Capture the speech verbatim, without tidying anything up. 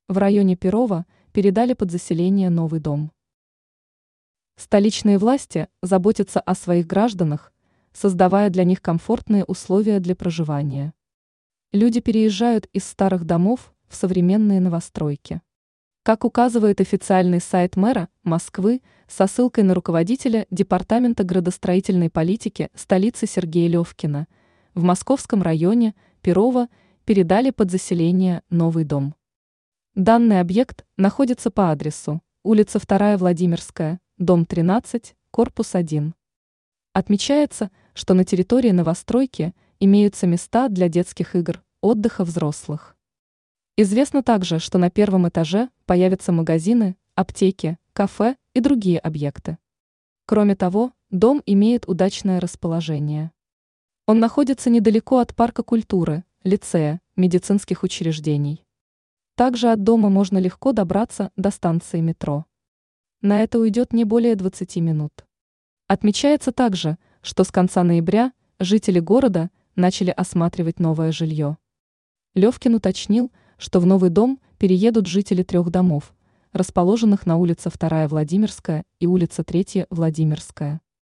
В районе Перова передали под заселение новый дом. Столичные власти заботятся о своих гражданах, создавая для них комфортные условия для проживания. Люди переезжают из старых домов в современные новостройки. Как указывает официальный сайт мэра Москвы со ссылкой на руководителя Департамента градостроительной политики столицы Сергея Левкина, в московском районе Перова передали под заселение новый дом. Данный объект находится по адресу улица вторая Владимирская, дом тринадцать, корпус один. Отмечается, что на территории новостройки имеются места для детских игр, отдыха взрослых. Известно также, что на первом этаже появятся магазины, аптеки, кафе и другие объекты. Кроме того, дом имеет удачное расположение. Он находится недалеко от парка культуры, лицея, медицинских учреждений. Также от дома можно легко добраться до станции метро. На это уйдет не более двадцати минут. Отмечается также, что с конца ноября жители города начали осматривать новое жилье. Левкин уточнил, что в новый дом переедут жители трех домов, расположенных на улице вторая Владимирская и улица третья Владимирская.